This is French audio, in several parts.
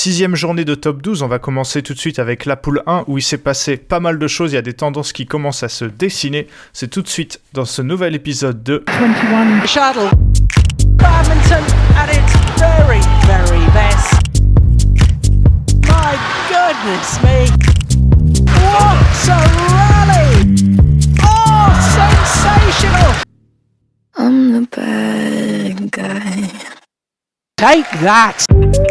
6e journée de top 12, on va commencer tout de suite avec la poule 1 où il s'est passé pas mal de choses, il y a des tendances qui commencent à se dessiner. C'est tout de suite dans ce nouvel épisode de 21 Shuttle Badminton at its very, very best. My goodness me. What a rally! Oh, sensational! I'm the bad guy. Take that!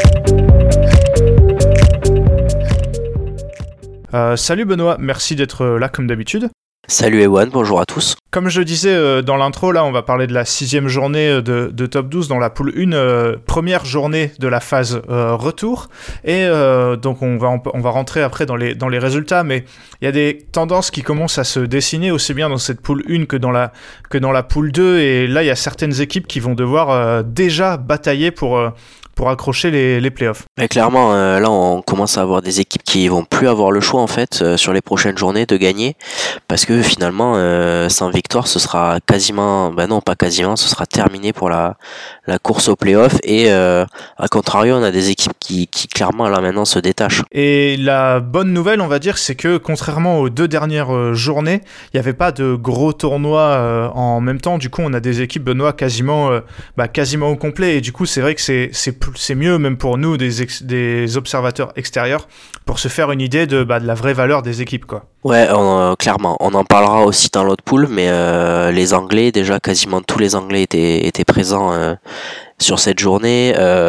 Salut Benoît, merci d'être là comme d'habitude. Salut Ewan, bonjour à tous. Comme je disais dans l'intro, là on va parler de la 6e journée de top 12 dans la poule 1, première journée de la phase retour. Et donc on va rentrer après dans les résultats, mais il y a des tendances qui commencent à se dessiner aussi bien dans cette poule 1 que dans la poule 2. Et là il y a certaines équipes qui vont devoir déjà batailler pour accrocher les playoffs. Mais clairement, là on commence à avoir des équipes qui vont plus avoir le choix en fait sur les prochaines journées de gagner, parce que finalement sans victoire ce sera quasiment, ce sera terminé pour la course aux playoffs. Et à contrario on a des équipes qui clairement là maintenant se détachent. Et la bonne nouvelle on va dire c'est que contrairement aux 2 dernières journées, il n'y avait pas de gros tournois en même temps. Du coup on a des équipes Benoît quasiment au complet, et du coup c'est vrai que c'est mieux même pour nous des observateurs extérieurs pour se faire une idée de la vraie valeur des équipes quoi. Ouais, clairement, on en parlera aussi dans l'autre pool, mais les Anglais, déjà quasiment tous les Anglais étaient présents sur cette journée.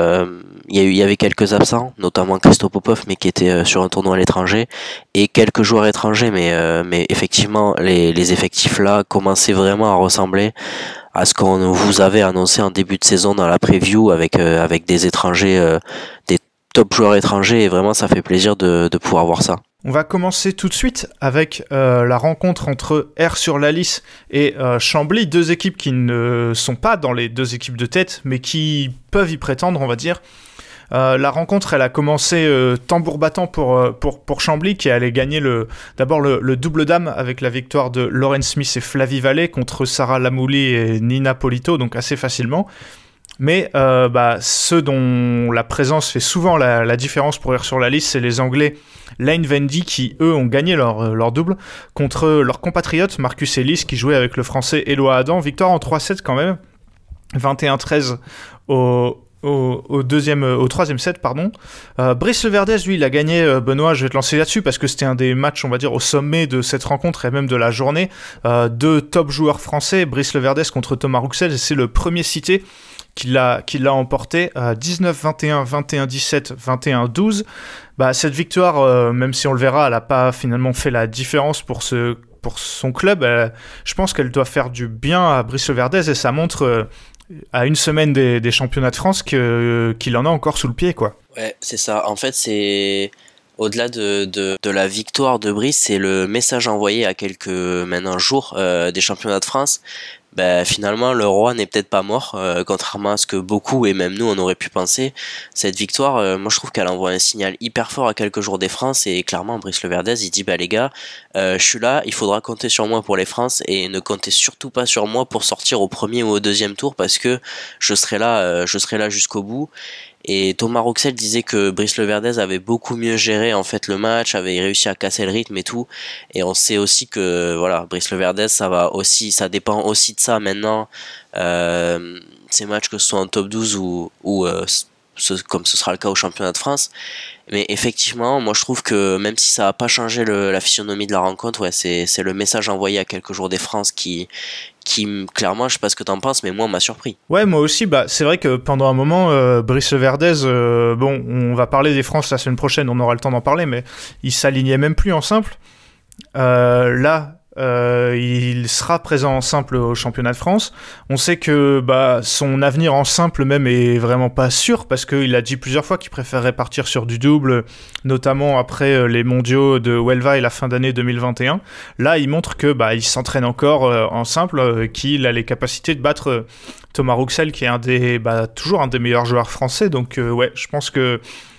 Il y avait quelques absents, notamment Christo Popov, mais qui était sur un tournoi à l'étranger, et quelques joueurs étrangers, mais effectivement les effectifs là commençaient vraiment à ressembler à ce qu'on vous avait annoncé en début de saison dans la preview avec des étrangers, des top joueurs étrangers, et vraiment ça fait plaisir de pouvoir voir ça. On va commencer tout de suite avec la rencontre entre R sur la Lys et Chambly, 2 équipes qui ne sont pas dans les 2 équipes de tête, mais qui peuvent y prétendre, on va dire. La rencontre, elle a commencé tambour battant pour Chambly, qui allait gagner d'abord le double dame avec la victoire de Lauren Smith et Flavie Vallée contre Sarah Lamouli et Nina Polito, donc assez facilement. Mais ceux dont la présence fait souvent la différence pour R sur la Lys, c'est les Anglais Lane Vendy qui, eux, ont gagné leur double contre leur compatriote Marcus Ellis qui jouait avec le français Eloi Adam. Victoire en 3-7 quand même, 21-13 au 3e set, pardon. Brice Leverdez, lui, il a gagné, Benoît, je vais te lancer là-dessus, parce que c'était un des matchs, on va dire, au sommet de cette rencontre et même de la journée. 2 top joueurs français, Brice Leverdez contre Thomas Rouxel, et c'est le premier cité qui l'a emporté 19-21, 21-17, 21-12. Cette victoire, même si on le verra, elle n'a pas finalement fait la différence pour son club. Je pense qu'elle doit faire du bien à Brice Leverdez, et ça montre à une semaine des championnats de France qu'il en a encore sous le pied, quoi. Ouais, c'est ça. En fait, c'est au-delà de la victoire de Brice, c'est le message envoyé à quelques maintenant jours des championnats de France. Finalement le roi n'est peut-être pas mort, contrairement à ce que beaucoup et même nous on aurait pu penser. Cette victoire, moi je trouve qu'elle envoie un signal hyper fort à quelques jours des France, et clairement Brice Leverdez il dit les gars, je suis là, il faudra compter sur moi pour les France, et ne comptez surtout pas sur moi pour sortir au premier ou au deuxième tour, parce que je serai là jusqu'au bout. Et Thomas Rouxel disait que Brice Leverdez avait beaucoup mieux géré en fait le match, avait réussi à casser le rythme et tout. Et on sait aussi que voilà, Brice Leverdez, ça dépend aussi de ça maintenant. Ces matchs, que ce soit en top 12 ou comme ce sera le cas au championnat de France. Mais effectivement, moi je trouve que même si ça n'a pas changé la physionomie de la rencontre, ouais, c'est le message envoyé à quelques jours des France qui clairement, je sais pas ce que t'en penses, mais moi on m'a surpris. Ouais, moi aussi, c'est vrai que pendant un moment, Brice Leverdez, on va parler des France la semaine prochaine, on aura le temps d'en parler, mais il s'alignait même plus en simple. Là, il sera présent en simple au championnat de France. On sait que son avenir en simple même est vraiment pas sûr, parce qu'il a dit plusieurs fois qu'il préférerait partir sur du double, notamment après les mondiaux de Huelva et la fin d'année 2021. Là, il montre que il s'entraîne encore en simple, qu'il a les capacités de battre Thomas Rouxel, qui est toujours un des meilleurs joueurs français. Donc ouais, je pense que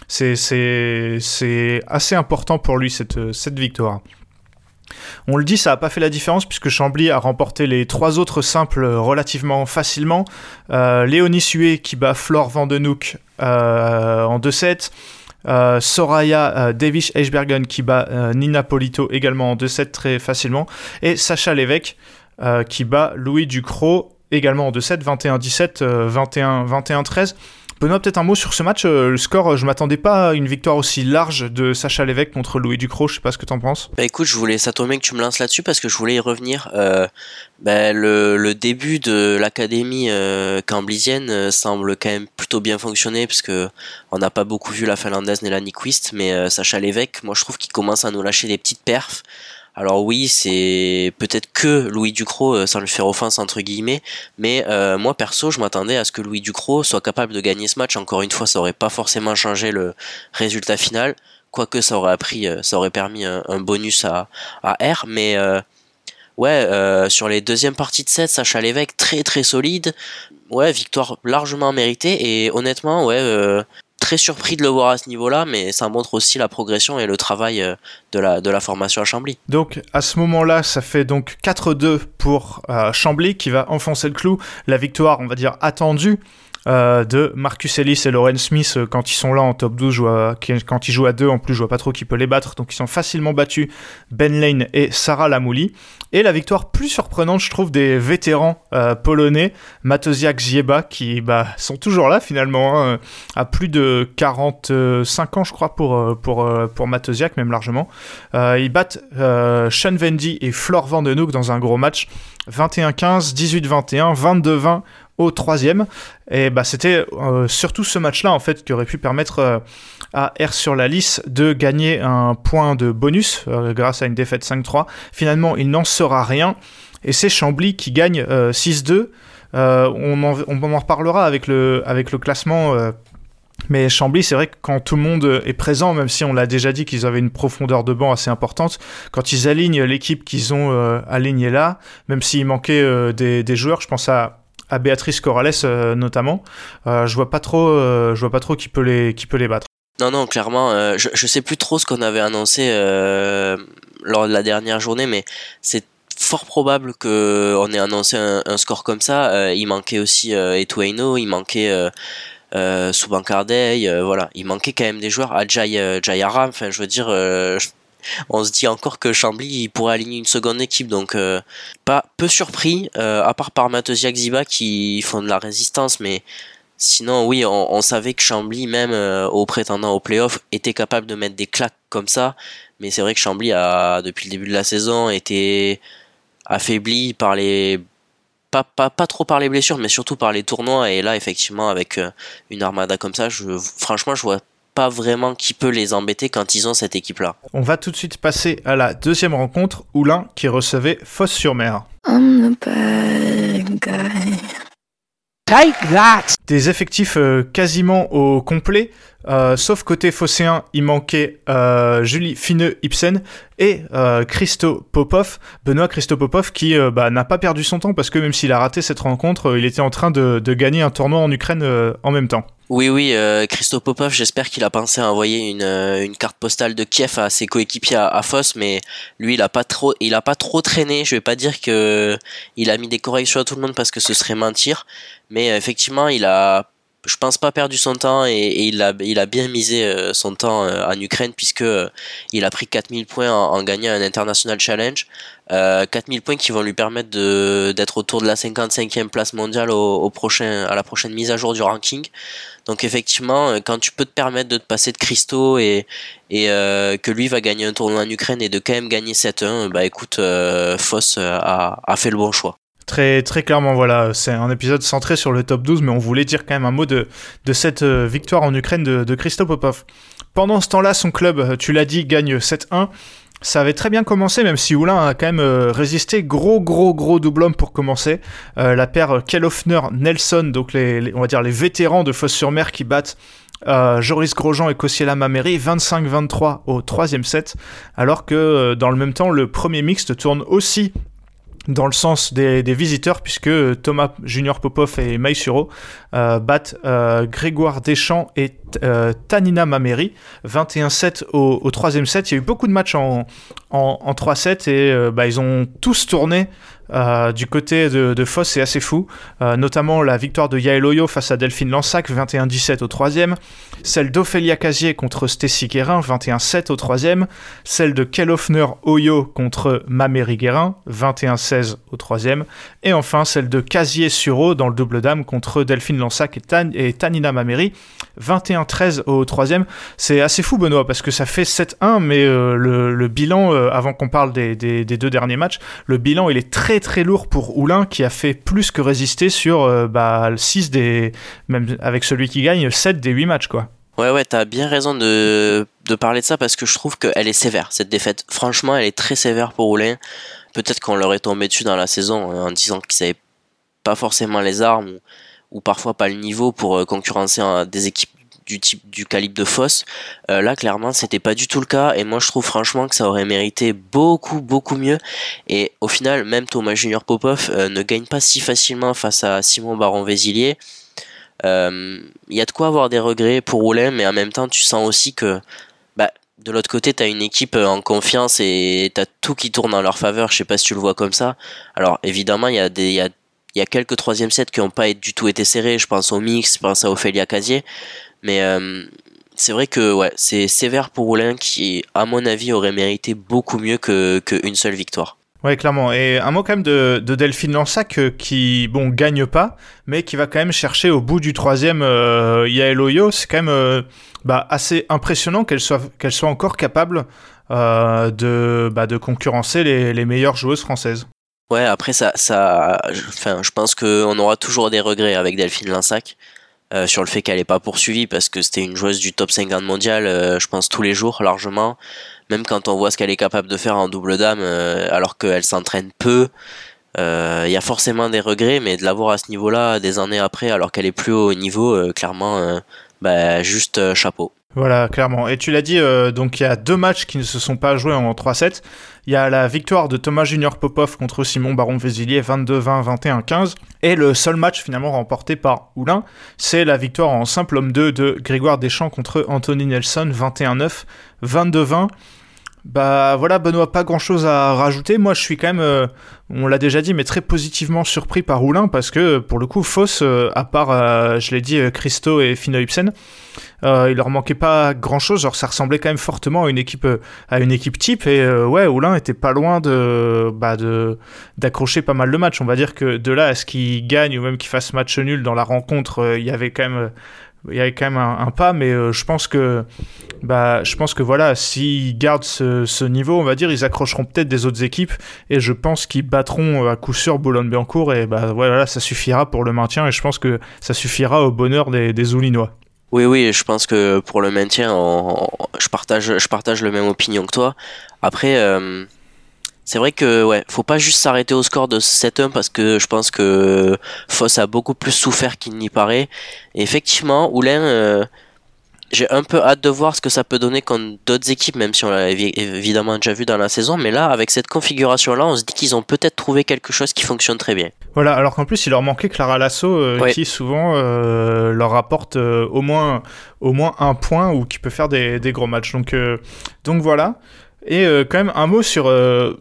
c'est assez important pour lui cette victoire. On le dit, ça n'a pas fait la différence puisque Chambly a remporté les 3 autres simples relativement facilement. Léonie Sué qui bat Flore Vandenouk en 2-7. Soraya Devish-Eichbergen qui bat Nina Polito également en 2-7 très facilement, et Sacha Lévesque qui bat Louis Ducrot également en 2-7, 21-17, 21-13. Benoît, peut-être un mot sur ce match. Le score, je m'attendais pas à une victoire aussi large de Sacha Lévesque contre Louis Ducrot. Je sais pas ce que t'en penses. Bah écoute, ça tombe bien que tu me lances là-dessus parce que je voulais y revenir. Le début de l'académie camblisienne semble quand même plutôt bien fonctionner parce que on n'a pas beaucoup vu la finlandaise Nela Nyquist, mais Sacha Lévesque, moi je trouve qu'il commence à nous lâcher des petites perfs. Alors oui, c'est peut-être que Louis Ducrot, sans lui faire offense entre guillemets, mais moi perso, je m'attendais à ce que Louis Ducrot soit capable de gagner ce match. Encore une fois, ça aurait pas forcément changé le résultat final, quoique ça aurait permis un bonus à R, mais sur les deuxièmes parties de set, Sacha Lévesque très très solide, victoire largement méritée, et honnêtement, très surpris de le voir à ce niveau-là, mais ça montre aussi la progression et le travail de la formation à Chambly. Donc à ce moment-là, ça fait donc 4-2 pour Chambly qui va enfoncer le clou. La victoire, on va dire, attendue de Marcus Ellis et Lauren Smith quand ils sont là en top 12, quand ils jouent à 2, en plus je vois pas trop qui peut les battre, donc ils sont facilement battus, Ben Lane et Sarah Lamouli. Et la victoire plus surprenante, je trouve, des vétérans polonais, Mateusiak, Zieba, qui sont toujours là finalement, à plus de 45 ans je crois pour Mateusiak, même largement. Ils battent Sean Vendy et Flor Vandenhoek dans un gros match, 21-15, 18-21, 22-20 au troisième, et c'était surtout ce match-là en fait qui aurait pu permettre à R sur la lisse de gagner un point de bonus grâce à une défaite 5-3. Finalement, il n'en sera rien, et c'est Chambly qui gagne 6-2. On en reparlera avec le classement. Mais Chambly, c'est vrai que quand tout le monde est présent, même si on l'a déjà dit qu'ils avaient une profondeur de banc assez importante, quand ils alignent l'équipe qu'ils ont alignée là, même s'il manquait des joueurs, je pense à Béatrice Corrales notamment, je vois pas trop qui peut les battre. Non, clairement, je sais plus trop ce qu'on avait annoncé lors de la dernière journée, mais c'est fort probable qu'on ait annoncé un score comme ça. Il manquait aussi Etueno, il manquait Soubankardei, il manquait quand même des joueurs, Jayara, enfin je veux dire, on se dit encore que Chambly il pourrait aligner une seconde équipe, donc pas peu surpris, à part par Mateusiak, Ziba qui font de la résistance, mais sinon oui, on savait que Chambly, même aux prétendants au play-off, était capable de mettre des claques comme ça, mais c'est vrai que Chambly a depuis le début de la saison été affaibli par les pas trop par les blessures, mais surtout par les tournois, et là effectivement avec une armada comme ça, franchement je vois pas vraiment qui peut les embêter quand ils ont cette équipe-là. On va tout de suite passer à la deuxième rencontre, Oulin qui recevait Fos-sur-Mer. I'm the bad guy. Take that! Des effectifs quasiment au complet, sauf côté phocéen, il manquait Julie Fineux-Ibsen et Christo Popov, Benoît Christo Popov, qui n'a pas perdu son temps parce que même s'il a raté cette rencontre, il était en train de gagner un tournoi en Ukraine en même temps. Oui, Christo Popov, j'espère qu'il a pensé à envoyer une carte postale de Kiev à ses coéquipiers à Foss, mais lui il a pas trop traîné. Je vais pas dire que il a mis des corrections à tout le monde parce que ce serait mentir, mais effectivement je pense pas perdu son temps, et il a bien misé son temps en Ukraine, puisque il a pris 4000 points en gagnant un International Challenge, 4000 points qui vont lui permettre d'être autour de la 55e place mondiale à la prochaine mise à jour du ranking. Donc effectivement, quand tu peux te permettre de te passer de Christo et que lui va gagner un tournoi en Ukraine et de quand même gagner 7-1, écoute, Foss a fait le bon choix. Très, très clairement, voilà, c'est un épisode centré sur le top 12, mais on voulait dire quand même un mot de cette victoire en Ukraine de Christo Popov. Pendant ce temps-là, son club, tu l'as dit, gagne 7-1. Ça avait très bien commencé, même si Oulin a quand même résisté. Gros double-homme pour commencer. La paire Kellhoffner-Nelson, donc on va dire les vétérans de Fos-sur-Mer qui battent Joris Grosjean et Kosiela Mameri 25-23 au troisième set, alors que dans le même temps, le premier mixte tourne aussi dans le sens des visiteurs, puisque Thomas Junior Popov et Maïsuro battent Grégoire Deschamps et Tanina Mameri 21-7 au troisième set. Il y a eu beaucoup de matchs en 3 sets, et ils ont tous tourné Du côté de Foss, c'est assez fou, notamment la victoire de Yael Oyo face à Delphine Lansac, 21-17 au 3e, celle d'Ophélia Casier contre Stécie Guérin, 21-7 au 3e, celle de Kellhoffner Oyo contre Maméry Guérin, 21-16 au 3e, et enfin celle de Casier-Suro dans le double dame contre Delphine Lansac et Tanina Maméry, 21-13 au 3e. C'est assez fou, Benoît, parce que ça fait 7-1, mais le bilan, avant qu'on parle des 2 derniers matchs, le bilan il est très très lourd pour Oulin, qui a fait plus que résister sur 6 même avec celui qui gagne, 7 des 8 matchs, quoi. Ouais, t'as bien raison de parler de ça, parce que je trouve qu'elle est sévère, cette défaite. Franchement, elle est très sévère pour Oulin. Peut-être qu'on leur est tombé dessus dans la saison en disant qu'ils n'avaient pas forcément les armes ou parfois pas le niveau pour concurrencer des équipes du calibre de Foss. Là, clairement, c'était pas du tout le cas, et moi je trouve franchement que ça aurait mérité beaucoup mieux. Et au final, même Thomas Junior Popov ne gagne pas si facilement face à Simon Baron-Vézilier. Il y a de quoi avoir des regrets pour Oulin, mais en même temps tu sens aussi que de l'autre côté t'as une équipe en confiance et t'as tout qui tourne en leur faveur. Je sais pas si tu le vois comme ça. Alors évidemment il y a quelques troisième sets qui n'ont pas du tout été serrés. Je pense au mix, je pense à Ophélia Casier, mais c'est vrai que c'est sévère pour Oulin, qui à mon avis aurait mérité beaucoup mieux qu'une seule victoire. Ouais, clairement. Et un mot quand même de Delphine Lansac, qui, gagne pas, mais qui va quand même chercher au bout du 3e Yael Oyo. C'est quand même assez impressionnant qu'elle soit encore capable de concurrencer les meilleures joueuses françaises. Ouais, après je pense qu'on aura toujours des regrets avec Delphine Lansac sur le fait qu'elle n'ait pas poursuivi, parce que c'était une joueuse du top 50 mondial, je pense tous les jours largement. Même quand on voit ce qu'elle est capable de faire en double dame, alors qu'elle s'entraîne peu, y a forcément des regrets, mais de l'avoir à ce niveau-là des années après, alors qu'elle est plus haut niveau, clairement, juste chapeau. Voilà, clairement. Et tu l'as dit, donc il y a 2 matchs qui ne se sont pas joués en 3-7. Il y a la victoire de Thomas Junior Popov contre Simon Baron-Vézilier, 22-20, 21-15. Et le seul match finalement remporté par Oulin, c'est la victoire en simple homme 2 de Grégoire Deschamps contre Anthony Nelson, 21-9, 22-20. Voilà, Benoît, pas grand chose à rajouter. Moi, je suis quand même, on l'a déjà dit, mais très positivement surpris par Oulin, parce que pour le coup, Foss, à part, je l'ai dit, Christo et Fina Ibsen, il leur manquait pas grand chose. Genre, ça ressemblait quand même fortement à une équipe type, et Oulin était pas loin d'accrocher pas mal de matchs. On va dire que de là à ce qu'ils gagnent ou même qu'ils fassent match nul dans la rencontre, il y avait quand même un pas, mais je pense que voilà, s'ils gardent ce niveau, on va dire, ils accrocheront peut-être des autres équipes, et je pense qu'ils battront à coup sûr Boulogne-Billancourt, et voilà, ça suffira pour le maintien, et je pense que ça suffira au bonheur des Oulinois. Oui, je pense que pour le maintien, je partage le même opinion que toi. Après, c'est vrai que faut pas juste s'arrêter au score de 7-1, parce que je pense que Foss a beaucoup plus souffert qu'il n'y paraît. Et effectivement, Oulin, j'ai un peu hâte de voir ce que ça peut donner contre d'autres équipes, même si on l'a évidemment déjà vu dans la saison. Mais là, avec cette configuration-là, on se dit qu'ils ont peut-être trouvé quelque chose qui fonctionne très bien. Voilà, alors qu'en plus, il leur manquait Clara Lasso, qui souvent leur rapporte au moins un point, ou qui peut faire des gros matchs. Donc voilà. Et quand même, un mot sur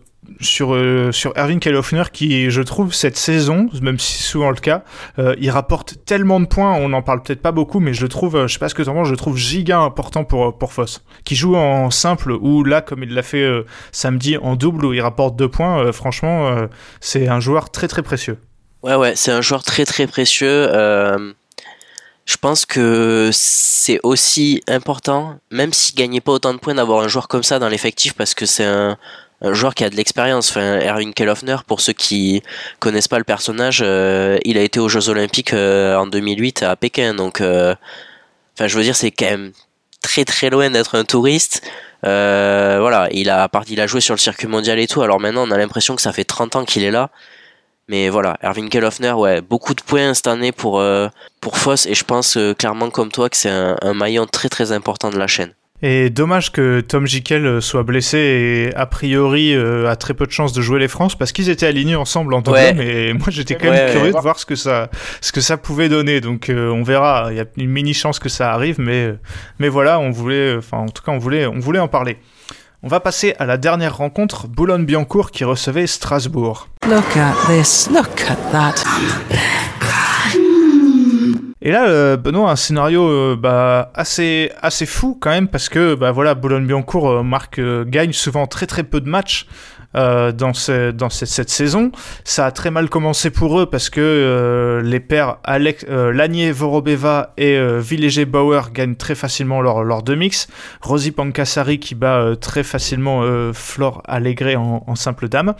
Erwin Kellhoffner, qui, je trouve, cette saison, même si c'est souvent le cas, il rapporte tellement de points, on n'en parle peut-être pas beaucoup, mais je le trouve, je sais pas ce que t'en penses, je le trouve giga important pour Foss, qui joue en simple, ou là, comme il l'a fait samedi, en double, où il rapporte 2 points. Franchement, c'est un joueur très très précieux. Ouais, c'est un joueur très très précieux. Je pense que c'est aussi important, même s'il gagnait pas autant de points, d'avoir un joueur comme ça dans l'effectif, parce que c'est un joueur qui a de l'expérience. Erwin Kellhoffner, pour ceux qui connaissent pas le personnage, il a été aux Jeux Olympiques en 2008 à Pékin, donc je veux dire, c'est quand même très très loin d'être un touriste. Voilà, il a joué sur le circuit mondial et tout. Alors maintenant, on a l'impression que ça fait 30 ans qu'il est là. Mais voilà, Erwin Kellhoffner, beaucoup de points cette année pour Foss, et je pense clairement comme toi que c'est un maillon très très important de la chaîne. Et dommage que Tom Jikel soit blessé et a priori a très peu de chances de jouer les France, parce qu'ils étaient alignés ensemble en double, mais moi j'étais quand même curieux de voir ce que ça pouvait donner. Donc on verra, il y a une mini chance que ça arrive, mais voilà, on voulait en parler. On va passer à la dernière rencontre, Boulogne-Billancourt qui recevait Strasbourg. Look at this, look at that. Et là, Benoît, un scénario assez fou quand même, parce que Boulogne-Billancourt gagne souvent très très peu de matchs dans cette saison. Ça a très mal commencé pour eux parce que les pairs Lanier, Vorobeva et Villéger-Bauer gagnent très facilement leur deux mix. Rosy Pankasari qui bat très facilement Flore Allégret en simple dame.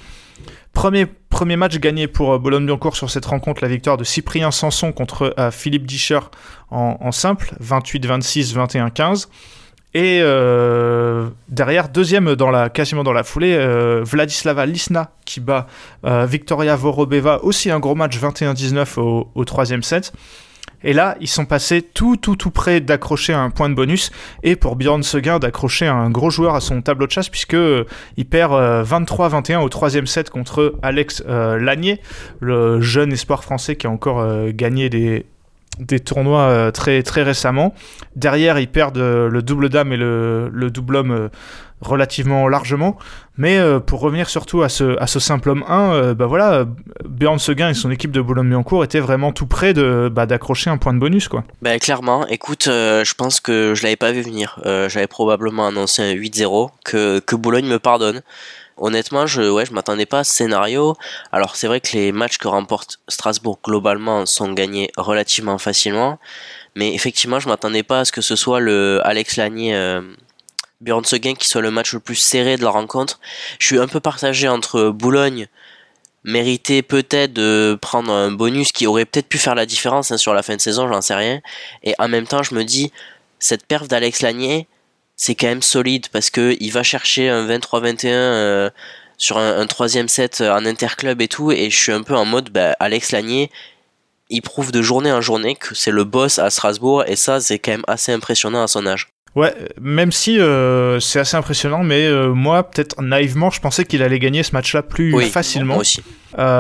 Premier match gagné pour Boulogne-Billancourt sur cette rencontre, la victoire de Cyprien Sanson contre Philippe Discher en simple, 28-26, 21-15. Et derrière, deuxième quasiment dans la foulée, Vladislava Lisna qui bat Victoria Vorobeva, aussi un gros match, 21-19 au troisième set. Et là, ils sont passés tout près d'accrocher un point de bonus et pour Bjorn Seguin d'accrocher un gros joueur à son tableau de chasse puisque il perd 23-21 au troisième set contre Alex Lanier, le jeune espoir français qui a encore gagné des tournois très, très récemment. Derrière, ils perdent le double dame et le double homme relativement largement. Mais pour revenir surtout à ce simple homme 1, Bjorn Seguin et son équipe de Boulogne-Billancourt étaient vraiment tout près d'accrocher un point de bonus, quoi. Clairement, écoute, je pense que je l'avais pas vu venir. J'avais probablement annoncé un 8-0, que Boulogne me pardonne. Honnêtement, je m'attendais pas à ce scénario. Alors c'est vrai que les matchs que remporte Strasbourg globalement sont gagnés relativement facilement, mais effectivement je m'attendais pas à ce que ce soit le Alex Lanier Bjorn Seguin qui soit le match le plus serré de la rencontre. Je suis un peu partagé entre Boulogne méritait peut-être de prendre un bonus qui aurait peut-être pu faire la différence sur la fin de saison, j'en sais rien, et en même temps je me dis cette perf d'Alex Lanier c'est quand même solide parce que il va chercher un 23-21 sur un troisième set en interclub et tout, et je suis un peu en mode Alex Lanier il prouve de journée en journée que c'est le boss à Strasbourg, et ça c'est quand même assez impressionnant à son âge. Ouais, même si c'est assez impressionnant, mais moi, peut-être naïvement, je pensais qu'il allait gagner ce match-là plus facilement. Moi aussi.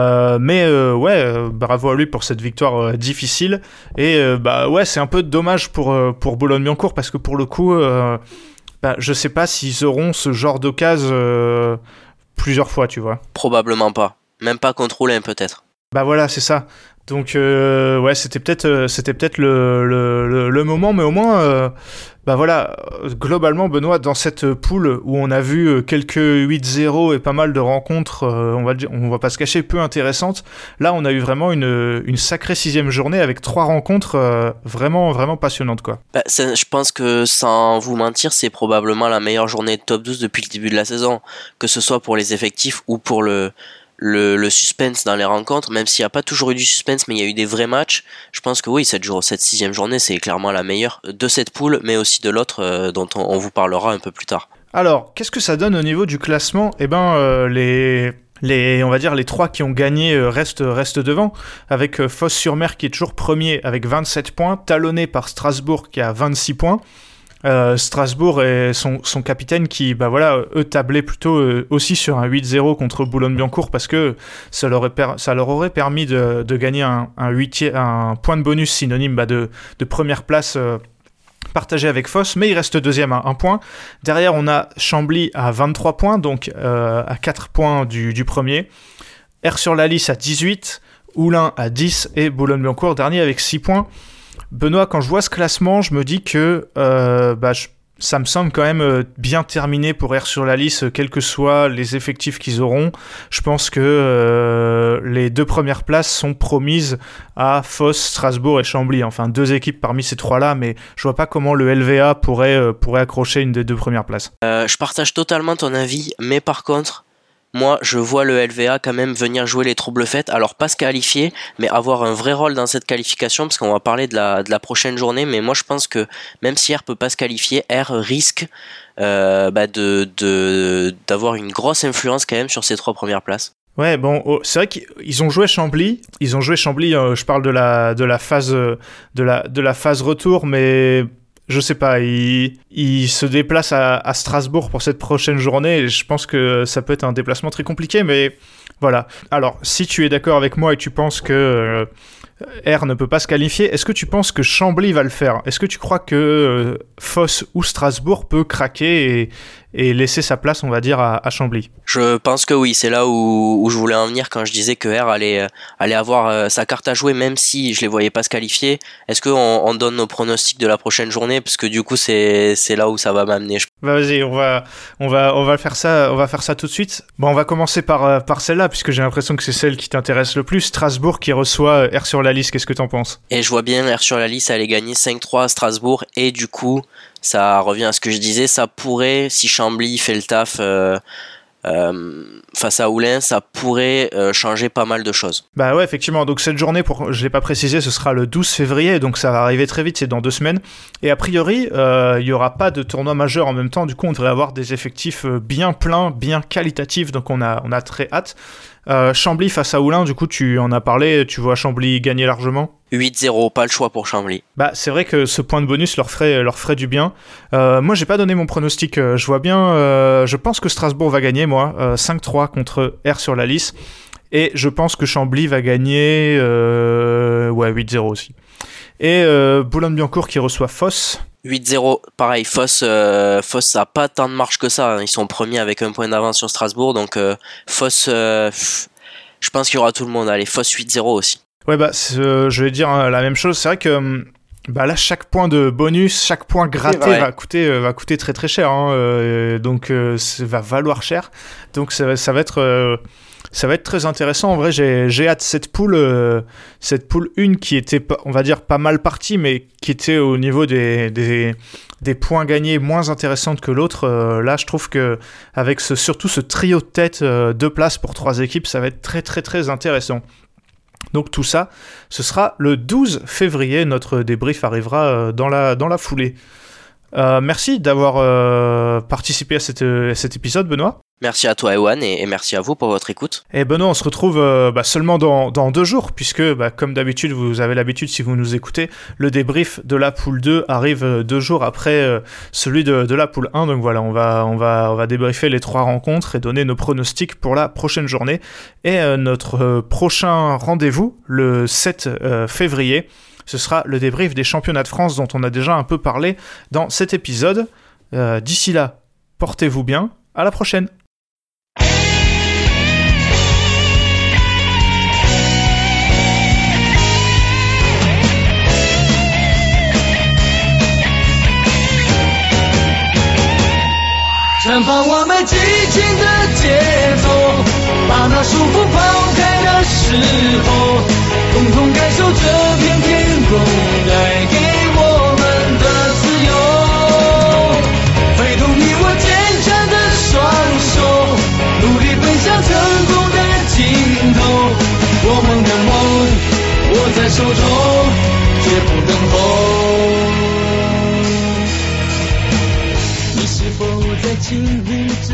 Bravo à lui pour cette victoire difficile. Et c'est un peu dommage pour Boulogne-Billancourt, parce que pour le coup, je sais pas s'ils auront ce genre d'occasion plusieurs fois, tu vois. Probablement pas. Même pas contre Roulin, peut-être. Voilà, c'est ça. Donc c'était peut-être le moment, mais au moins globalement Benoît, dans cette poule où on a vu quelques 8-0 et pas mal de rencontres, on va pas se cacher, peu intéressantes, là on a eu vraiment une sacrée 6e journée avec 3 rencontres vraiment vraiment passionnantes, quoi. Je pense que sans vous mentir, c'est probablement la meilleure journée de top 12 depuis le début de la saison, que ce soit pour les effectifs ou pour le suspense dans les rencontres, même s'il n'y a pas toujours eu du suspense, mais il y a eu des vrais matchs. Je pense que oui, cette 6e journée, c'est clairement la meilleure de cette poule, mais aussi de l'autre dont on vous parlera un peu plus tard. Alors, qu'est-ce que ça donne au niveau du classement ? On va dire les 3 qui ont gagné restent devant, avec Fos-sur-Mer qui est toujours premier avec 27 points, talonné par Strasbourg qui a 26 points. Strasbourg et son capitaine qui eux tablaient plutôt aussi sur un 8-0 contre Boulogne-Billancourt, parce que ça leur aurait permis de gagner un point de bonus synonyme de première place partagé avec Foss, mais il reste deuxième à 1 point. Derrière on a Chambly à 23 points, donc à 4 points du premier, Aire-sur-la-Lys à 18, Oulin à 10 et Boulogne-Billancourt dernier avec 6 points. Benoît, quand je vois ce classement, je me dis que ça me semble quand même bien terminé pour Aire-sur-la-Lys, quels que soient les effectifs qu'ils auront. Je pense que les 2 premières places sont promises à Foss, Strasbourg et Chambly. Enfin, 2 équipes parmi ces 3-là, mais je vois pas comment le LVA pourrait accrocher une des 2 premières places. Je partage totalement ton avis, mais par contre, moi, je vois le LVA quand même venir jouer les troubles fêtes. Alors, pas se qualifier, mais avoir un vrai rôle dans cette qualification, parce qu'on va parler de la prochaine journée. Mais moi, je pense que même si R peut pas se qualifier, R risque d'avoir une grosse influence quand même sur ces 3 premières places. Ouais, c'est vrai qu'ils ont joué Chambly. Je parle de la phase retour, mais je sais pas, il se déplace à Strasbourg pour cette prochaine journée, et je pense que ça peut être un déplacement très compliqué, mais voilà. Alors, si tu es d'accord avec moi et tu penses que R ne peut pas se qualifier. Est-ce que tu penses que Chambly va le faire ? Est-ce que tu crois que Foss ou Strasbourg peut craquer et laisser sa place, on va dire, à Chambly ? Je pense que oui, c'est là où je voulais en venir quand je disais que R allait avoir sa carte à jouer, même si je les voyais pas se qualifier. Est-ce qu'on donne nos pronostics de la prochaine journée ? Parce que du coup, c'est là où ça va m'amener. Vas-y, on va faire ça tout de suite. Bon, on va commencer par celle-là, puisque j'ai l'impression que c'est celle qui t'intéresse le plus. Strasbourg qui reçoit R sur la liste, qu'est-ce que t'en penses ? Et je vois bien R sur la liste aller gagner 5-3 à Strasbourg, et du coup, ça revient à ce que je disais, ça pourrait, si Chambly fait le taf face à Oulin, ça pourrait changer pas mal de choses. Bah ouais, effectivement, donc cette journée, je l'ai pas précisé, ce sera le 12 février, donc ça va arriver très vite, c'est dans 2 semaines, et a priori, il y aura pas de tournoi majeur en même temps, du coup on devrait avoir des effectifs bien pleins, bien qualitatifs, donc on a très hâte. Chambly face à Oulin, du coup tu en as parlé, tu vois Chambly gagner largement ? 8-0, pas le choix pour Chambly. Bah c'est vrai que ce point de bonus leur ferait du bien. Moi j'ai pas donné mon pronostic, je vois bien, je pense que Strasbourg va gagner moi, 5-3 contre R sur la liste, et je pense que Chambly va gagner 8-0 aussi. Et Boulogne-Billancourt qui reçoit Foss. 8-0, pareil, Foss ça a pas tant de marge que ça, ils sont premiers avec 1 point d'avance sur Strasbourg, donc Foss, je pense qu'il y aura tout le monde, allez, Foss 8-0 aussi. Ouais, bah je vais dire la même chose, c'est vrai que là chaque point de bonus, chaque point gratté va coûter très très cher, hein, donc ça va valoir cher, donc ça va être très intéressant. En vrai, j'ai hâte. Cette poule 1 qui était, on va dire, pas mal partie, mais qui était au niveau des points gagnés moins intéressante que l'autre. Là, je trouve que avec surtout ce trio de tête, 2 places pour 3 équipes, ça va être très très très intéressant. Donc tout ça, ce sera le 12 février. Notre débrief arrivera dans la foulée. Merci d'avoir participé à cet épisode, Benoît. Merci à toi, Ewan, et merci à vous pour votre écoute. Et Benoît, on se retrouve seulement dans 2 jours, puisque, comme d'habitude, vous avez l'habitude, si vous nous écoutez, le débrief de la poule 2 arrive 2 jours après celui de la poule 1. Donc voilà, on va débriefer les 3 rencontres et donner nos pronostics pour la prochaine journée. Et notre prochain rendez-vous, le 7 février, ce sera le débrief des championnats de France dont on a déjà un peu parlé dans cet épisode. D'ici là, portez-vous bien, à la prochaine. 绽放我们激情的节奏，把那束缚抛开的时候，共同感受这片天空带给我们的自由，挥动你我坚强的双手，努力奔向成功的尽头，我们的梦握在手中，绝不等候。你是否在经历着